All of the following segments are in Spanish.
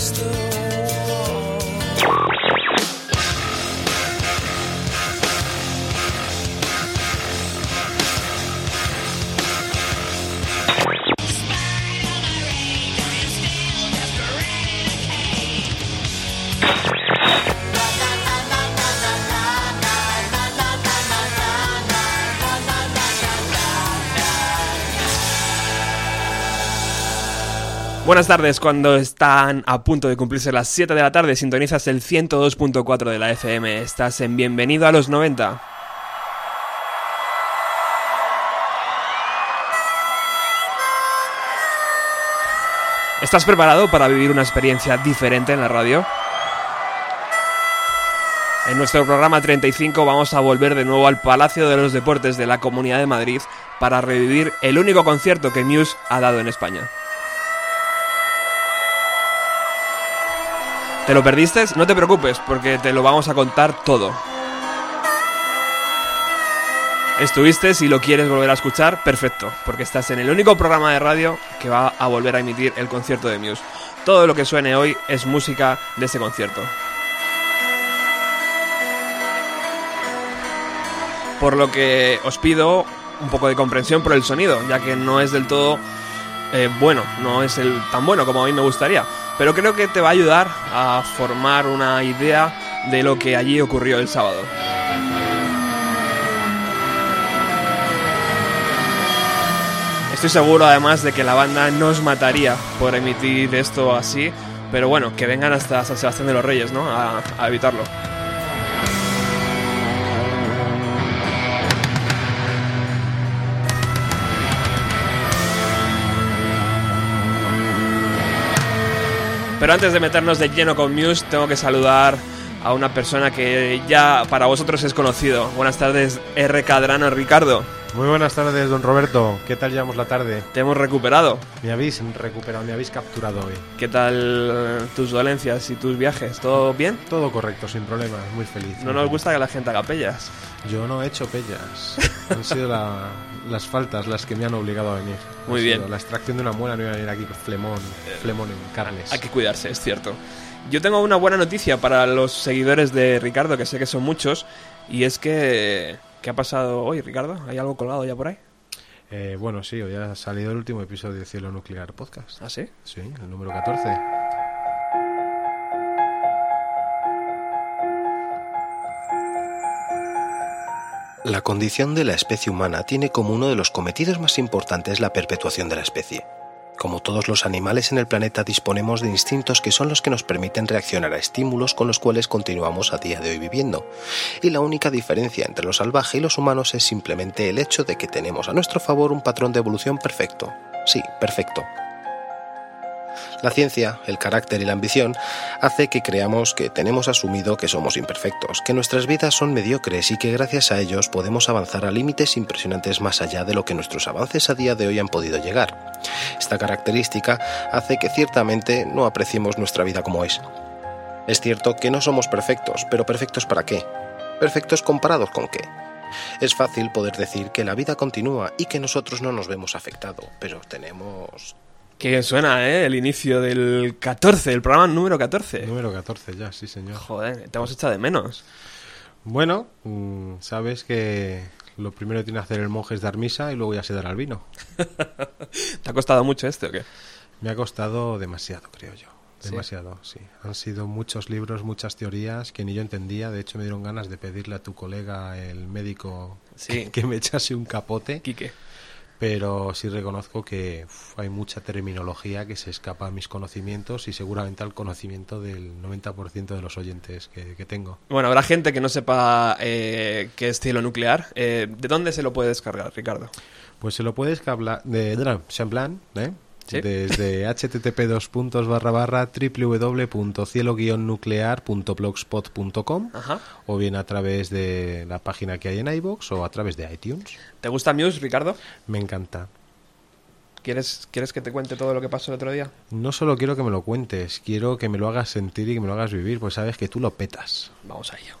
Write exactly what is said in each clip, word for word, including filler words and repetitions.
Buenas tardes, cuando están a punto de cumplirse las siete de la tarde, sintonizas el ciento dos punto cuatro de la F M. Estás en Bienvenido a los noventa. ¿Estás preparado para vivir una experiencia diferente en la radio? En nuestro programa treinta y cinco vamos a volver de nuevo al Palacio de los Deportes de la Comunidad de Madrid para revivir el único concierto que Muse ha dado en España. ¿Te lo perdiste? No te preocupes, porque te lo vamos a contar todo. ¿Estuviste? Si lo quieres volver a escuchar, perfecto, porque estás en el único programa de radio que va a volver a emitir el concierto de Muse. Todo lo que suene hoy es música de ese concierto. Por lo que os pido un poco de comprensión por el sonido, ya que no es del todo eh, bueno, no es el tan bueno como a mí me gustaría. Pero creo que te va a ayudar a formar una idea de lo que allí ocurrió el sábado. Estoy seguro además de que la banda no os mataría por emitir esto así, pero bueno, que vengan hasta San Sebastián de los Reyes, ¿no? A, a evitarlo. Pero antes de meternos de lleno con Muse, tengo que saludar a una persona que ya para vosotros es conocido. Buenas tardes, R. Cadrano, Ricardo. Muy buenas tardes, don Roberto. ¿Qué tal llevamos la tarde? Te hemos recuperado. Me habéis recuperado, me habéis capturado hoy. ¿Qué tal tus dolencias y tus viajes? ¿Todo bien? Todo correcto, sin problemas, muy feliz. No nos gusta que la gente haga pellas. Yo no he hecho pellas. Han sido la, las faltas las que me han obligado a venir. Muy ha bien. Sido la extracción de una muela, no iba a venir aquí flemón, flemón en carnes. Hay que cuidarse, es cierto. Yo tengo una buena noticia para los seguidores de Ricardo, que sé que son muchos, y es que... ¿Qué ha pasado hoy, Ricardo? ¿Hay algo colgado ya por ahí? Eh, bueno, sí, hoy ha salido el último episodio de Cielo Nuclear Podcast. ¿Ah, sí? Sí, el número catorce. La condición de la especie humana tiene como uno de los cometidos más importantes la perpetuación de la especie. Como todos los animales en el planeta disponemos de instintos que son los que nos permiten reaccionar a estímulos con los cuales continuamos a día de hoy viviendo. Y la única diferencia entre lo salvaje y los humanos es simplemente el hecho de que tenemos a nuestro favor un patrón de evolución perfecto. Sí, perfecto. La ciencia, el carácter y la ambición hace que creamos que tenemos asumido que somos imperfectos, que nuestras vidas son mediocres y que gracias a ellos podemos avanzar a límites impresionantes más allá de lo que nuestros avances a día de hoy han podido llegar. Esta característica hace que ciertamente no apreciemos nuestra vida como es. Es cierto que no somos perfectos, pero ¿perfectos para qué? ¿Perfectos comparados con qué? Es fácil poder decir que la vida continúa y que nosotros no nos vemos afectados, pero tenemos... Que suena, ¿eh? El inicio del catorce, el programa número catorce. Número catorce ya, sí señor. Joder, te hemos echado de menos. Bueno, mmm, sabes que lo primero que tiene que hacer el monje es dar misa y luego ya se dará el vino. ¿Te ha costado mucho este o qué? Me ha costado demasiado, creo yo. Demasiado, sí. sí. Han sido muchos libros, muchas teorías que ni yo entendía. De hecho, me dieron ganas de pedirle a tu colega, el médico, sí. que, que me echase un capote. Quique. Pero sí reconozco que uf, hay mucha terminología que se escapa a mis conocimientos y seguramente al conocimiento del noventa por ciento de los oyentes que, que tengo. Bueno, habrá gente que no sepa eh, qué es Cielo Nuclear. Eh, ¿De dónde se lo puede descargar, Ricardo? Pues se lo puedes descargar de, de Champlan, ¿eh? ¿Sí? Desde http dos puntos barra barra www punto cielo guion nuclear punto blogspot punto com o bien a través de la página que hay en iVoox o a través de iTunes. ¿Te gusta Muse, Ricardo? Me encanta. ¿Quieres, ¿Quieres que te cuente todo lo que pasó el otro día? No solo quiero que me lo cuentes, quiero que me lo hagas sentir y que me lo hagas vivir, pues sabes que tú lo petas. Vamos a ello.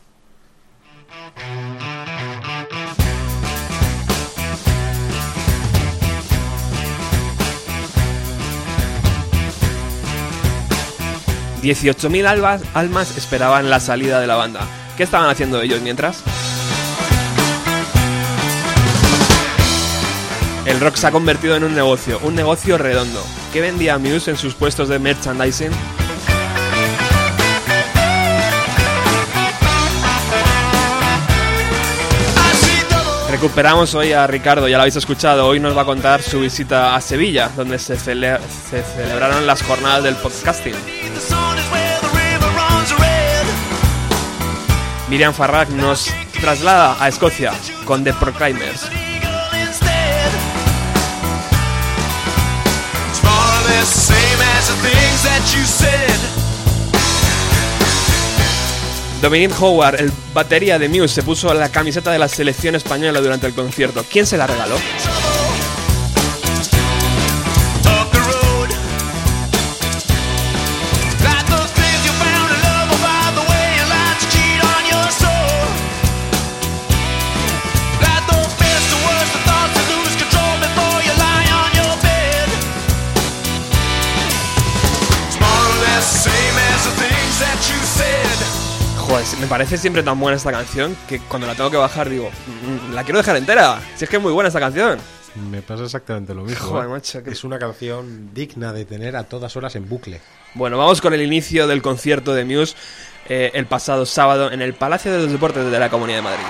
dieciocho mil almas, almas esperaban la salida de la banda. ¿Qué estaban haciendo ellos mientras? El rock se ha convertido en un negocio, un negocio redondo. ¿Qué vendía Muse en sus puestos de merchandising? Recuperamos hoy a Ricardo, ya lo habéis escuchado. Hoy nos va a contar su visita a Sevilla, donde se, cele- se celebraron las jornadas del podcasting. Miriam Farrag nos traslada a Escocia con The Proclaimers. Dominic Howard, el batería de Muse, se puso la camiseta de la selección española durante el concierto. ¿Quién se la regaló? Joder, me parece siempre tan buena esta canción que cuando la tengo que bajar digo, mmm, la quiero dejar entera. Si es que es muy buena esta canción. Me pasa exactamente lo mismo. Joder, ¿eh? macho, que... Es una canción digna de tener a todas horas en bucle. Bueno, vamos con el inicio del concierto de Muse eh, el pasado sábado en el Palacio de los Deportes de la Comunidad de Madrid.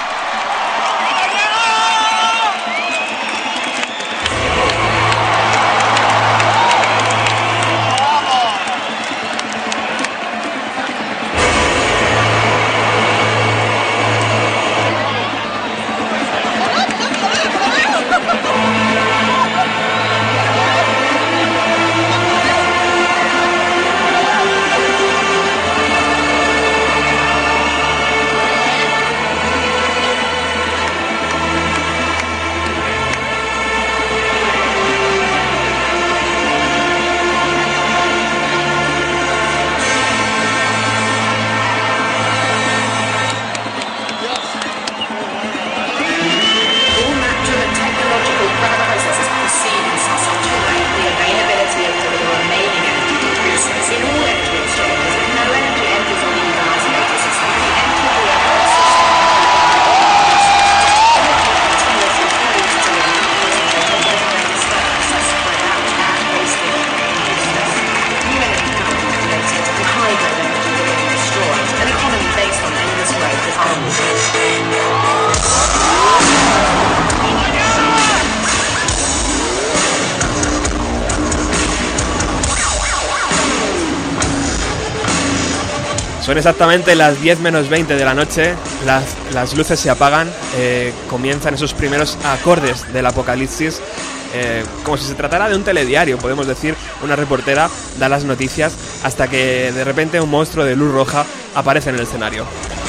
Son exactamente las diez menos veinte de la noche, las, las luces se apagan, eh, comienzan esos primeros acordes del apocalipsis, eh, como si se tratara de un telediario, podemos decir. Una reportera da las noticias hasta que de repente un monstruo de luz roja aparece en el escenario.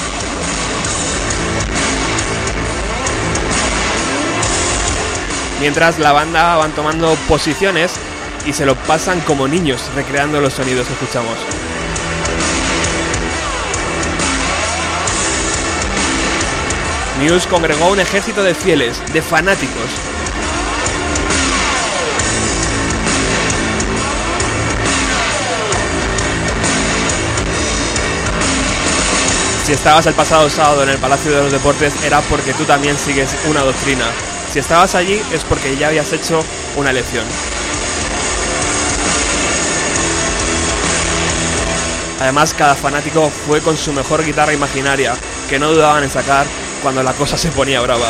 Mientras la banda van tomando posiciones y se lo pasan como niños, recreando los sonidos que escuchamos. Muse congregó un ejército de fieles, de fanáticos. Si estabas el pasado sábado en el Palacio de los Deportes era porque tú también sigues una doctrina. Si estabas allí es porque ya habías hecho una elección. Además, cada fanático fue con su mejor guitarra imaginaria, que no dudaban en sacar cuando la cosa se ponía brava.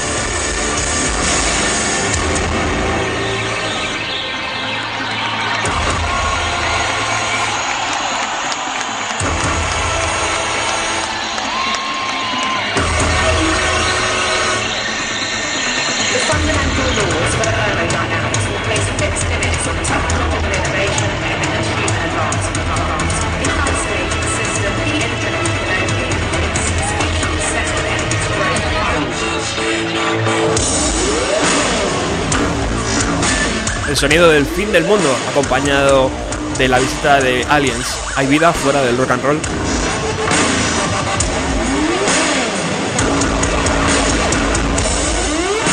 El sonido del fin del mundo, acompañado de la visita de aliens. ¿Hay vida fuera del rock and roll?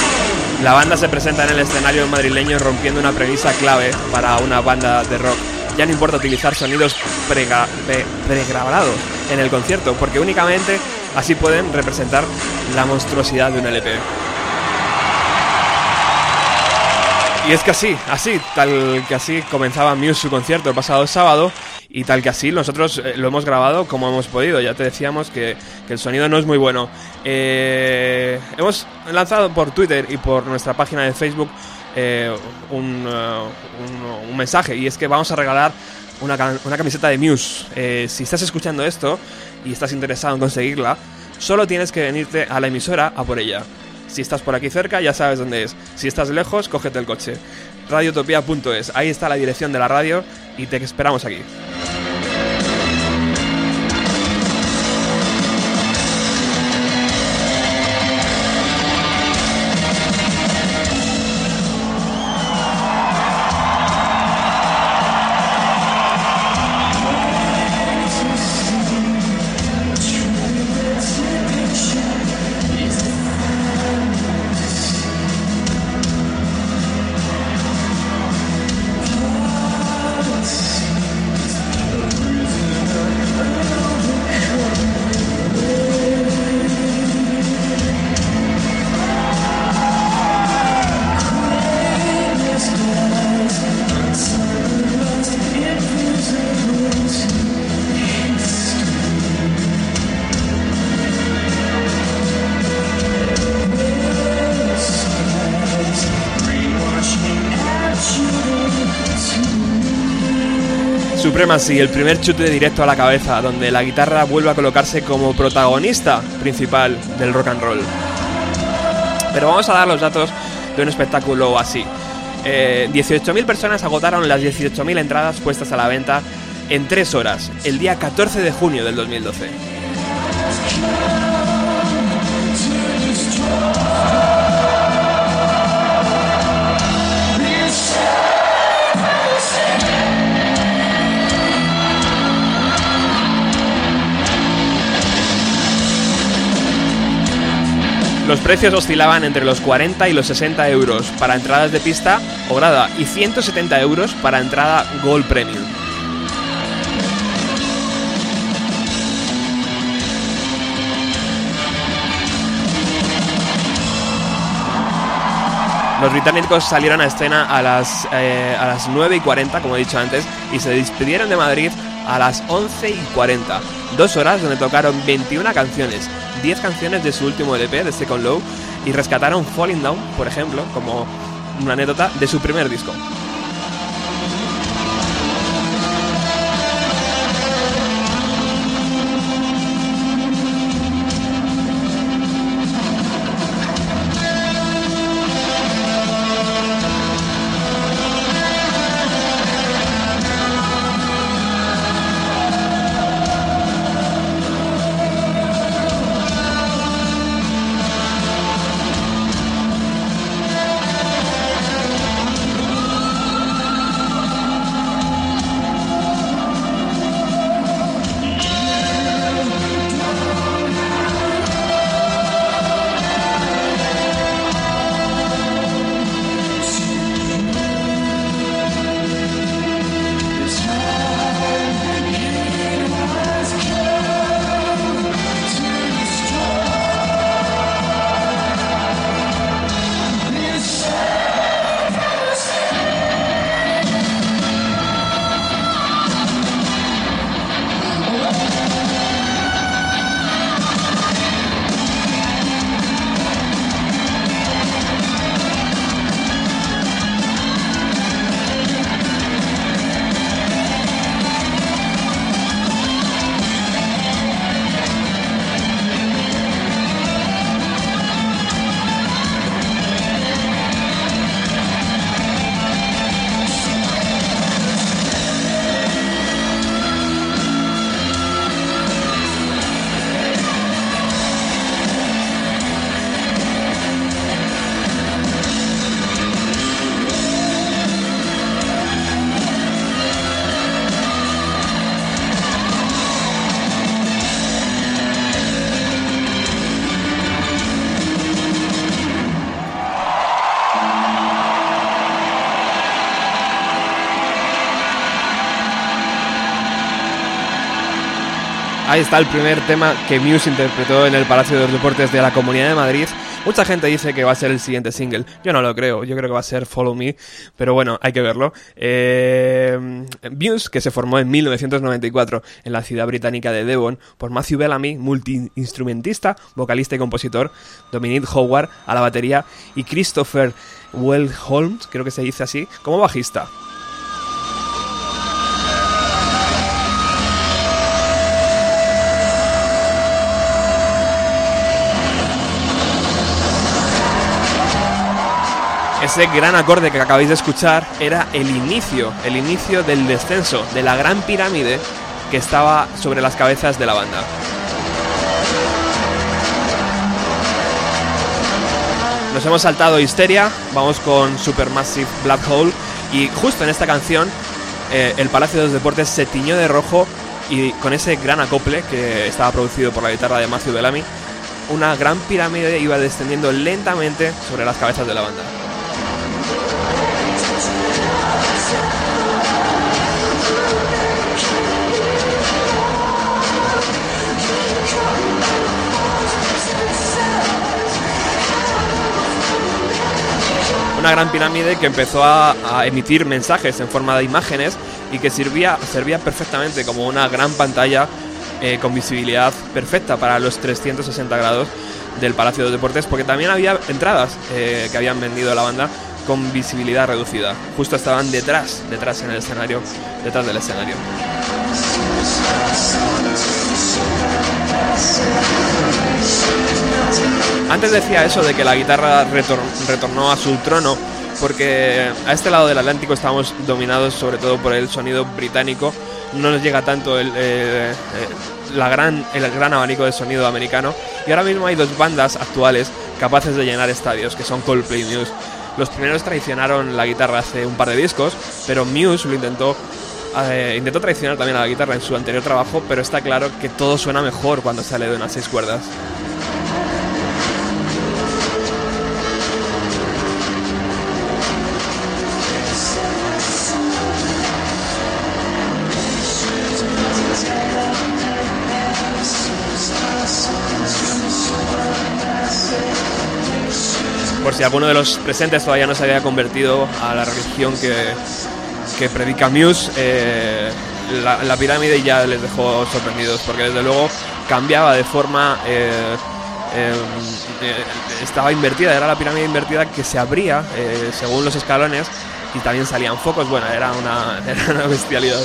La banda se presenta en el escenario madrileño rompiendo una premisa clave para una banda de rock. ya no importa utilizar sonidos prega- pre- pregrabados en el concierto, porque únicamente así pueden representar la monstruosidad de un L P. Y es que así, así, tal que así comenzaba Muse su concierto el pasado sábado, y tal que así nosotros eh, lo hemos grabado como hemos podido. Ya te decíamos que, que el sonido no es muy bueno. Eh, hemos lanzado por Twitter y por nuestra página de Facebook eh, un, uh, un, un mensaje, y es que vamos a regalar una, una camiseta de Muse. Eh, si estás escuchando esto y estás interesado en conseguirla, solo tienes que venirte a la emisora a por ella. Si estás por aquí cerca, ya sabes dónde es. Si estás lejos, cógete el coche. radiotopía punto es. Ahí está la dirección de la radio y te esperamos aquí. Supremacy, el primer chute directo a la cabeza, donde la guitarra vuelve a colocarse como protagonista principal del rock and roll. Pero vamos a dar los datos de un espectáculo así. Eh, dieciocho mil personas agotaron las dieciocho mil entradas puestas a la venta en tres horas, el día catorce de junio del dos mil doce. Los precios oscilaban entre los cuarenta y los sesenta euros para entradas de pista o grada y ciento setenta euros para entrada Gold Premium. Los británicos salieron a escena a las, eh, a las nueve y cuarenta, como he dicho antes, y se despidieron de Madrid a las once y cuarenta. Dos horas donde tocaron veintiuna canciones, diez canciones de su último L P, de Second Law, y rescataron Falling Down, por ejemplo, como una anécdota de su primer disco. Ahí está el primer tema que Muse interpretó en el Palacio de los Deportes de la Comunidad de Madrid. Mucha gente dice que va a ser el siguiente single. Yo no lo creo, yo creo que va a ser Follow Me, pero bueno, hay que verlo. Eh, Muse, que se formó en mil novecientos noventa y cuatro en la ciudad británica de Devon por Matthew Bellamy, multiinstrumentista, vocalista y compositor, Dominic Howard a la batería y Christopher Wellholmes, creo que se dice así, como bajista. Ese gran acorde que acabáis de escuchar era el inicio, el inicio del descenso de la gran pirámide que estaba sobre las cabezas de la banda. Nos hemos saltado Hysteria, vamos con Supermassive Black Hole y justo en esta canción eh, el Palacio de los Deportes se tiñó de rojo y con ese gran acople que estaba producido por la guitarra de Matthew Bellamy, una gran pirámide iba descendiendo lentamente sobre las cabezas de la banda. Una gran pirámide que empezó a, a emitir mensajes en forma de imágenes y que servía, servía perfectamente como una gran pantalla eh, con visibilidad perfecta para los trescientos sesenta grados del Palacio de los Deportes, porque también había entradas eh, que habían vendido la banda con visibilidad reducida. Justo estaban detrás, detrás en el escenario, detrás del escenario. Antes decía eso de que la guitarra retor- retornó a su trono porque a este lado del Atlántico estamos dominados sobre todo por el sonido británico. No nos llega tanto el, eh, eh, la gran, el gran abanico de sonido americano. Y ahora mismo hay dos bandas actuales capaces de llenar estadios, que son Coldplay y Muse. Los primeros traicionaron la guitarra hace un par de discos, pero Muse lo intentó, eh, intentó traicionar también a la guitarra en su anterior trabajo, pero está claro que todo suena mejor cuando sale de unas seis cuerdas. Por si alguno de los presentes todavía no se había convertido a la religión que, que predica Muse, eh, la, la pirámide ya les dejó sorprendidos, porque desde luego cambiaba de forma, eh, eh, eh, estaba invertida, era la pirámide invertida que se abría eh, según los escalones y también salían focos. Bueno, era una, era una bestialidad.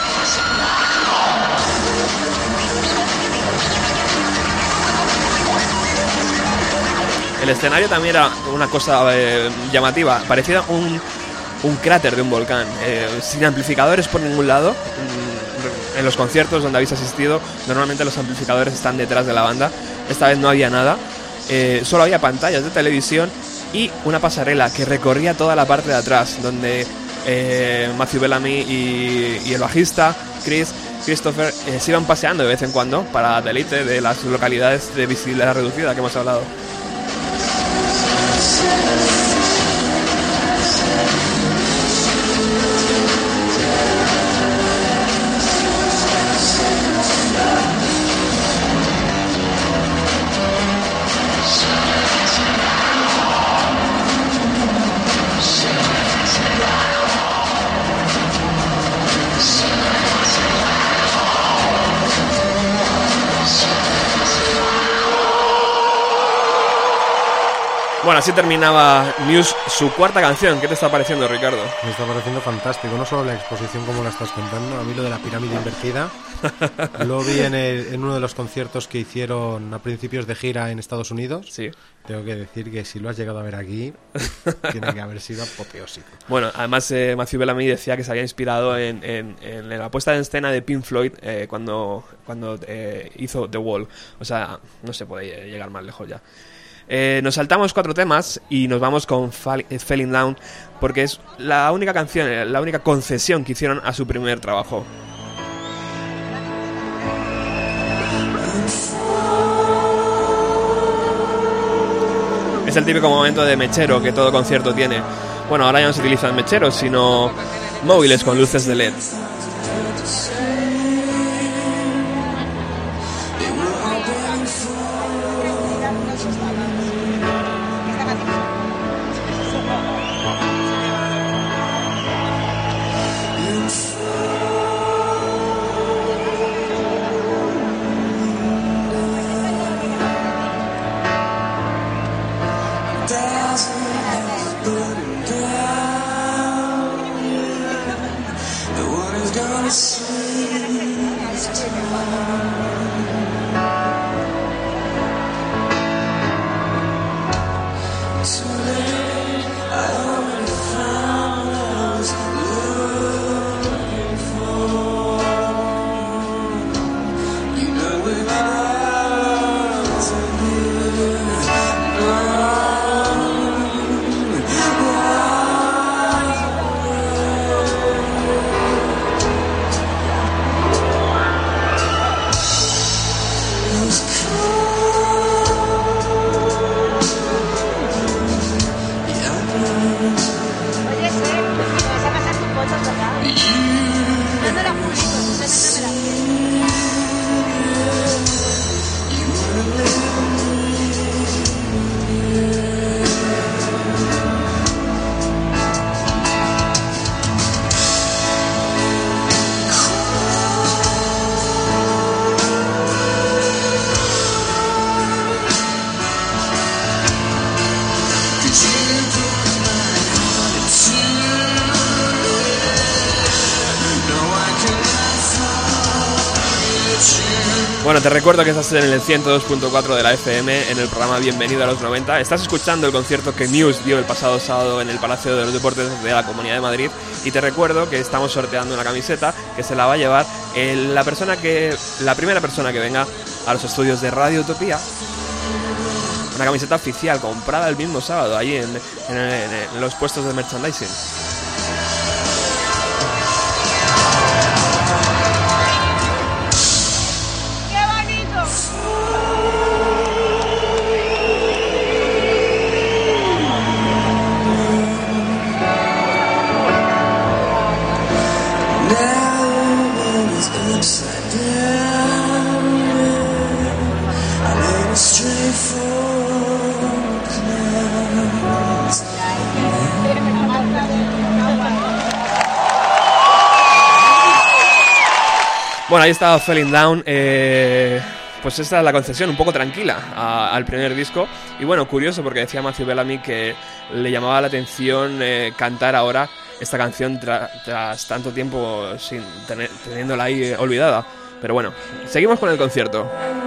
El escenario también era una cosa eh, llamativa, parecía un, un cráter de un volcán, eh, sin amplificadores por ningún lado. En los conciertos donde habéis asistido, normalmente los amplificadores están detrás de la banda. Esta vez no había nada, eh, solo había pantallas de televisión y una pasarela que recorría toda la parte de atrás, donde eh, Matthew Bellamy y, y el bajista Chris Christopher eh, se iban paseando de vez en cuando para deleite de las localidades de visibilidad reducida que hemos hablado. Bueno, así terminaba Muse su cuarta canción. ¿Qué te está pareciendo, Ricardo? Me está pareciendo fantástico, no solo la exposición como la estás contando, a mí lo de la pirámide invertida lo vi en, el, en uno de los conciertos que hicieron a principios de gira en Estados Unidos. Sí. Tengo que decir que si lo has llegado a ver aquí, tiene que haber sido apoteósico. Bueno, además eh, Matthew Bellamy decía que se había inspirado en, en, en la puesta en escena de Pink Floyd eh, cuando, cuando eh, hizo The Wall. O sea, no se puede llegar más lejos ya. Eh, nos saltamos cuatro temas y nos vamos con Fall, eh, Falling Down, porque es la única canción, la única concesión que hicieron a su primer trabajo. Es el típico momento de mechero que todo concierto tiene. Bueno, ahora ya no se utilizan mecheros, sino móviles con luces de L E D. Bueno, te recuerdo que estás en el ciento dos punto cuatro de la F M en el programa Bienvenido a los noventa. Estás escuchando el concierto que Muse dio el pasado sábado en el Palacio de los Deportes de la Comunidad de Madrid. Y te recuerdo que estamos sorteando una camiseta que se la va a llevar el, la persona que la primera persona que venga a los estudios de Radio Utopía. Una camiseta oficial comprada el mismo sábado allí en, en, en, en los puestos de merchandising. Bueno, ahí estaba Falling Down. Eh, pues esta es la concesión un poco tranquila a, al primer disco. Y bueno, curioso porque decía Matthew Bellamy que le llamaba la atención eh, cantar ahora esta canción tra- tras tanto tiempo sin tener, teniéndola ahí eh, olvidada. Pero bueno, seguimos con el concierto.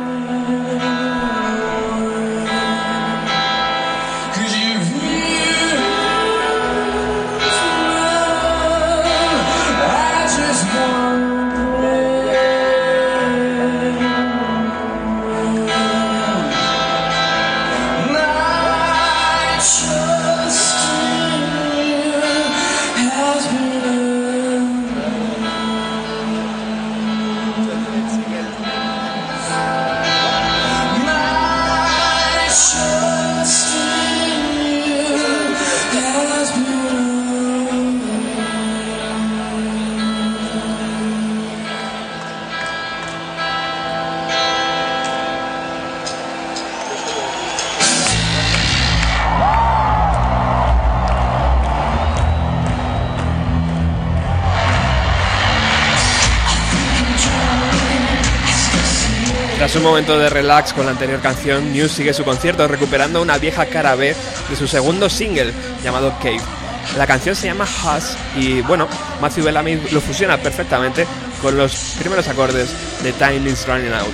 Tras un momento de relax con la anterior canción, Muse sigue su concierto recuperando una vieja cara B de su segundo single llamado Cave. La canción se llama Hush y bueno, Matthew Bellamy lo fusiona perfectamente con los primeros acordes de Time is Running Out.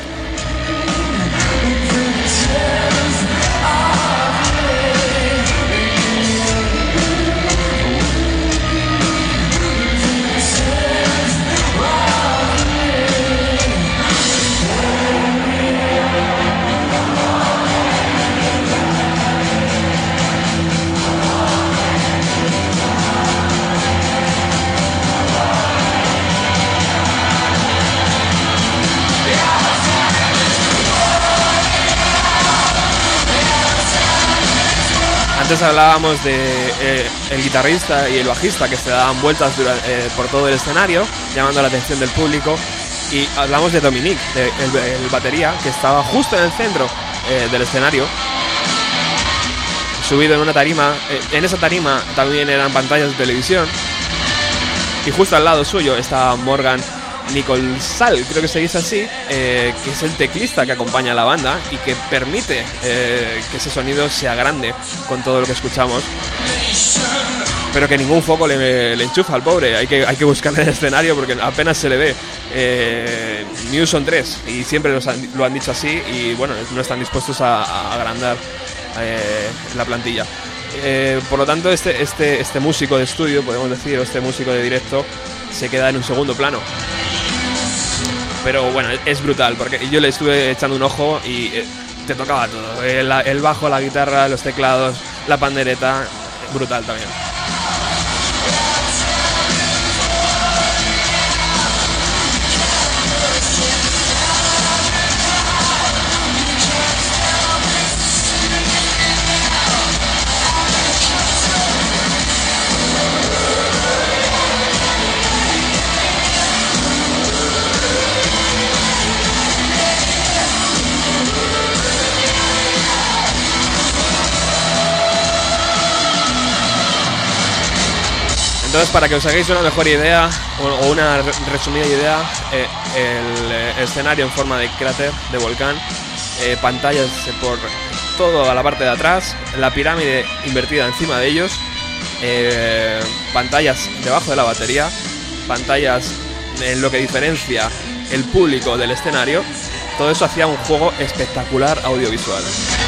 Antes hablábamos de eh, el guitarrista y el bajista que se daban vueltas durante, eh, por todo el escenario, llamando la atención del público, y hablamos de Dominic, de, el, el batería, que estaba justo en el centro eh, del escenario, subido en una tarima. Eh, en esa tarima también eran pantallas de televisión, y justo al lado suyo estaba Morgan Nicholsall, creo que se dice así, eh, que es el teclista que acompaña a la banda y que permite eh, que ese sonido sea grande con todo lo que escuchamos, pero que ningún foco le, le enchufa al pobre. Hay que, hay que buscarle en el escenario porque apenas se le ve. eh, Muse son tres y siempre los han, lo han dicho así, y bueno, no están dispuestos a, a agrandar eh, la plantilla. Eh, por lo tanto, este, este, este músico de estudio, podemos decir, o este músico de directo, se queda en un segundo plano. Pero bueno, es brutal, porque yo le estuve echando un ojo y eh, te tocaba todo. El, el bajo, la guitarra, los teclados, la pandereta, brutal también. Entonces, para que os hagáis una mejor idea o una resumida idea, eh, el, el escenario en forma de cráter de volcán, eh, pantallas por toda la parte de atrás, la pirámide invertida encima de ellos, eh, pantallas debajo de la batería, pantallas en lo que diferencia el público del escenario. Todo eso hacía un juego espectacular audiovisual.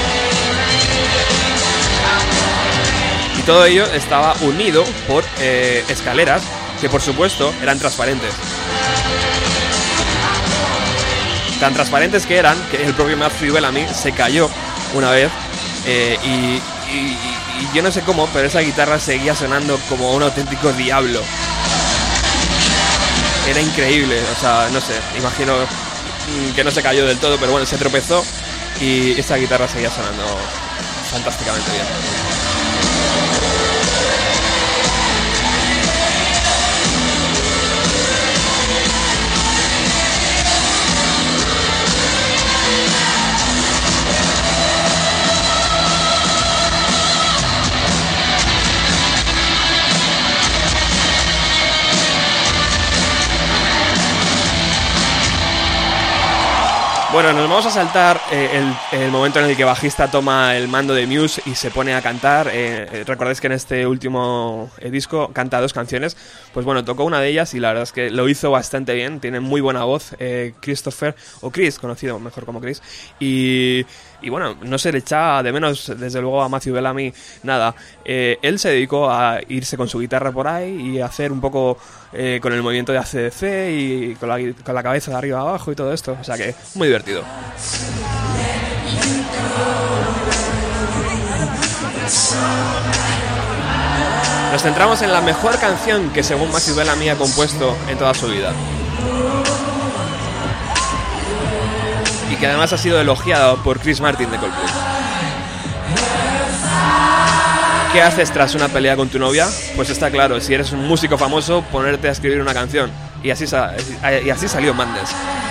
Y todo ello estaba unido por eh, escaleras que, por supuesto, eran transparentes. Tan transparentes que eran que el propio Matthew Bellamy se cayó una vez eh, y, y, y, y yo no sé cómo, pero esa guitarra seguía sonando como un auténtico diablo. Era increíble, o sea, no sé, imagino que no se cayó del todo, pero bueno, se tropezó y esa guitarra seguía sonando fantásticamente bien. Bueno, nos vamos a saltar eh, el, el momento en el que el bajista toma el mando de Muse y se pone a cantar. Eh, Recordáis que en este último eh, disco canta dos canciones. Pues bueno, tocó una de ellas y la verdad es que lo hizo bastante bien. Tiene muy buena voz, eh, Christopher, o Chris, conocido mejor como Chris. Y... Y bueno, no se le echa de menos, desde luego, a Matthew Bellamy nada. Eh, él se dedicó a irse con su guitarra por ahí y a hacer un poco eh, con el movimiento de A C D C y con la, con la cabeza de arriba a abajo y todo esto. O sea que muy divertido. Nos centramos en la mejor canción que, según Matthew Bellamy, ha compuesto en toda su vida. Y que además ha sido elogiado por Chris Martin de Coldplay. ¿Qué haces tras una pelea con tu novia? Pues está claro, si eres un músico famoso, ponerte a escribir una canción. Y así, y así salió Madness.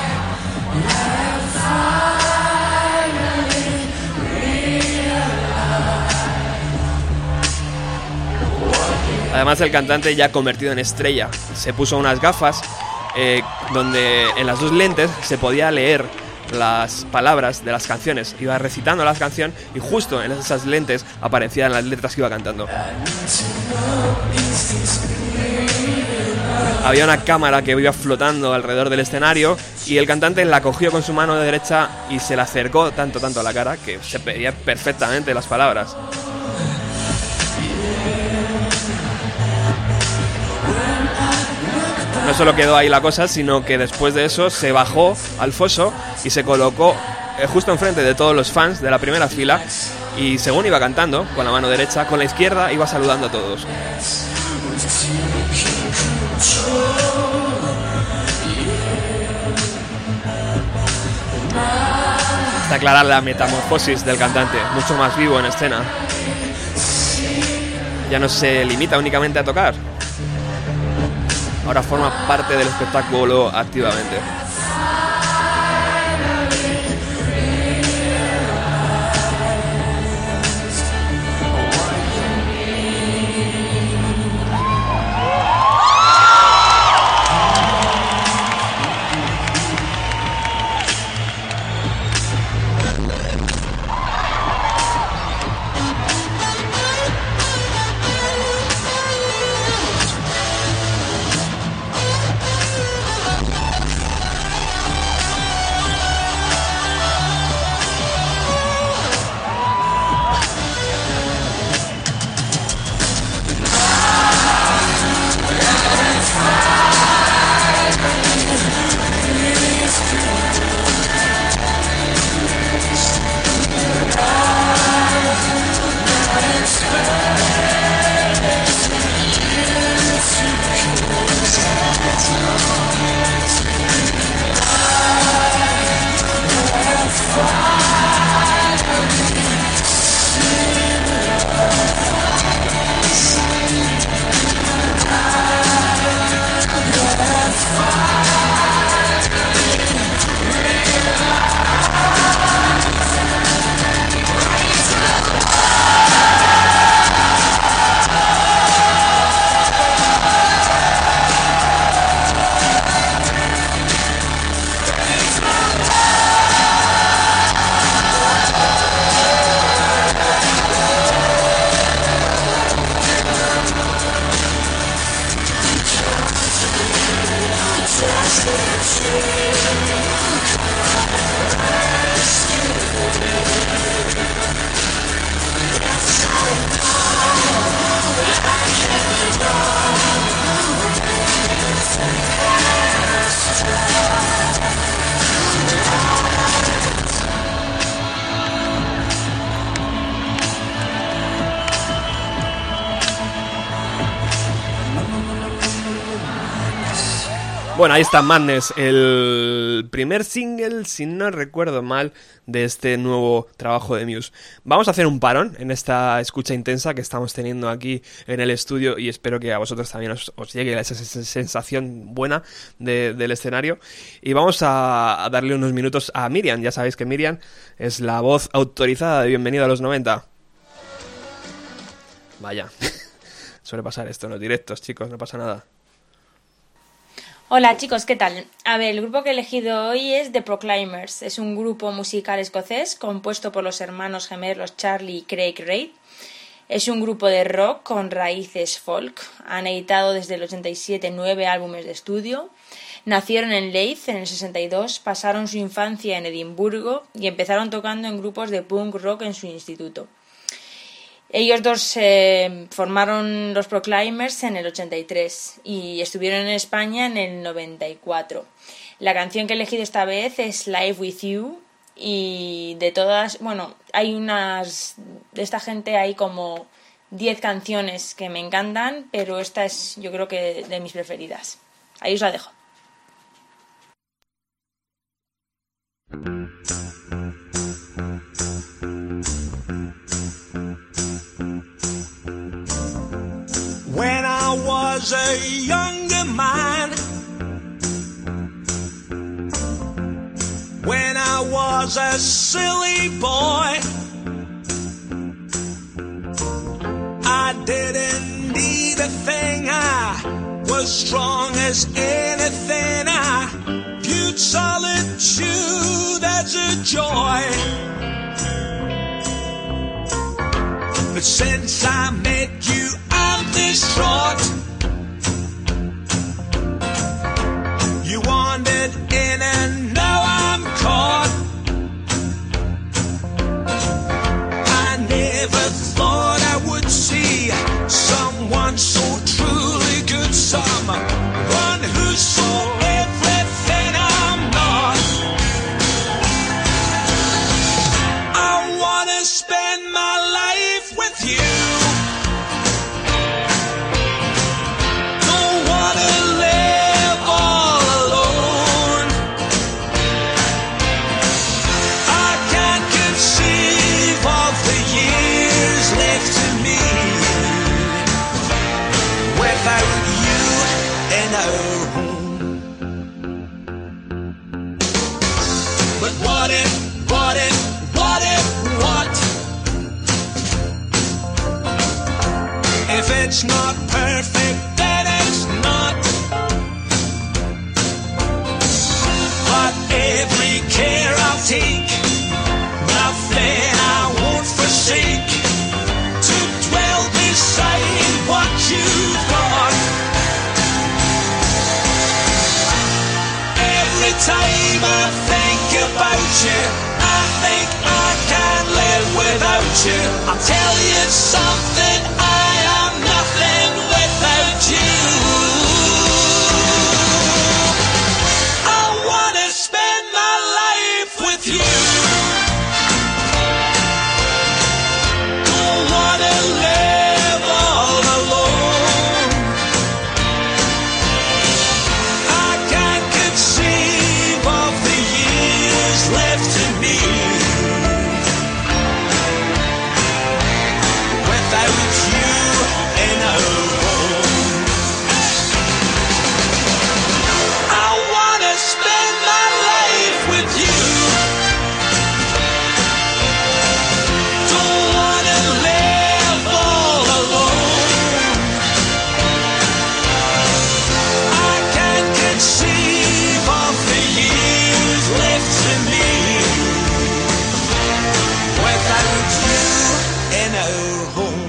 Además, el cantante, ya convertido en estrella, se puso unas gafas eh, donde en las dos lentes se podía leer las palabras de las canciones. Iba recitando la canción y justo en esas lentes aparecían las letras que iba cantando. Había una cámara que iba flotando alrededor del escenario y el cantante la cogió con su mano derecha y se la acercó tanto tanto a la cara que se veía perfectamente las palabras. No solo quedó ahí la cosa, sino que después de eso se bajó al foso y se colocó eh, justo enfrente de todos los fans de la primera fila y, según iba cantando con la mano derecha, con la izquierda iba saludando a todos. Está clara la metamorfosis del cantante, mucho más vivo en escena. Ya no se limita únicamente a tocar. Ahora forma parte del espectáculo activamente. Bueno, ahí está Madness, el primer single, si no recuerdo mal, de este nuevo trabajo de Muse. Vamos a hacer un parón en esta escucha intensa que estamos teniendo aquí en el estudio y espero que a vosotros también os, os llegue esa sensación buena de, del escenario. Y vamos a, a darle unos minutos a Miriam. Ya sabéis que Miriam es la voz autorizada de Bienvenido a los noventa. Vaya, suele pasar esto en los directos, chicos, no pasa nada. Hola chicos, ¿qué tal? A ver, el grupo que he elegido hoy es The Proclaimers. Es un grupo musical escocés compuesto por los hermanos gemelos Charlie y Craig Reid. Es un grupo de rock con raíces folk. Han editado desde el ochenta y siete nueve álbumes de estudio. Nacieron en Leith en el sesenta y dos, pasaron su infancia en Edimburgo y empezaron tocando en grupos de punk rock en su instituto. Ellos dos eh, formaron los Proclaimers en el ochenta y tres y estuvieron en España en el noventa y cuatro. La canción que he elegido esta vez es Live With You y de todas, bueno, hay unas, de esta gente hay como diez canciones que me encantan, pero esta es yo creo que de mis preferidas. Ahí os la dejo. When I was a younger man, when I was a silly boy, I didn't need a thing, I was strong as anything, I viewed solitude as a joy. But since I met you, I'm distraught. You wandered in and now I'm caught. I never thought I would see someone so truly good, someone who saw everything I'm not. I wanna spend my life with you. Don't wanna live all alone. I can't conceive of the years left to me without you in our home. But what if, what if, what if, what? If it's not perfect, then it's not. But every care I'll take, nothing I won't forsake, to dwell beside what you've got. Every time I think about you, I think I can't live without you. I'll tell you something, I am nothing without you. I wanna spend my life with you. Don't wanna live all alone. I can't conceive of the years left to me without you in our home. I wanna spend my life with you. Don't wanna live all alone. I can't conceive of the years left to me without you in our home.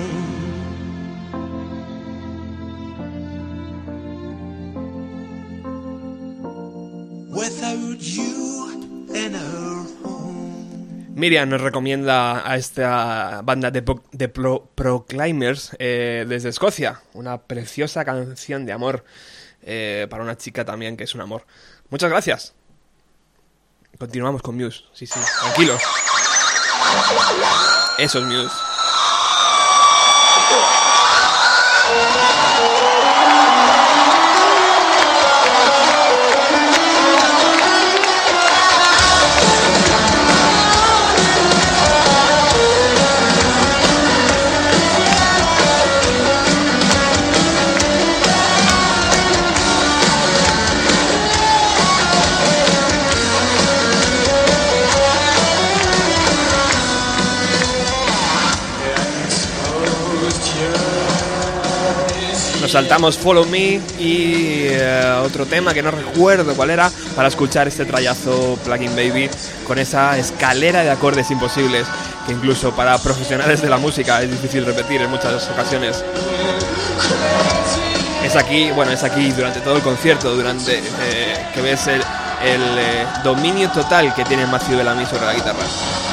Without you in our home. Miriam nos recomienda a esta banda de, po- de Pro- Proclaimers eh, desde Escocia. Una preciosa canción de amor eh, para una chica también que es un amor. Muchas gracias. Continuamos con Muse. Sí, sí, tranquilos. Eso es Muse. saltamos Follow Me y eh, otro tema que no recuerdo cuál era, para escuchar este trayazo Plugin Baby con esa escalera de acordes imposibles que incluso para profesionales de la música es difícil repetir en muchas ocasiones. Es aquí, bueno, es aquí durante todo el concierto, durante eh, que ves el, el eh, dominio total que tiene Matthew Bellamy sobre la guitarra.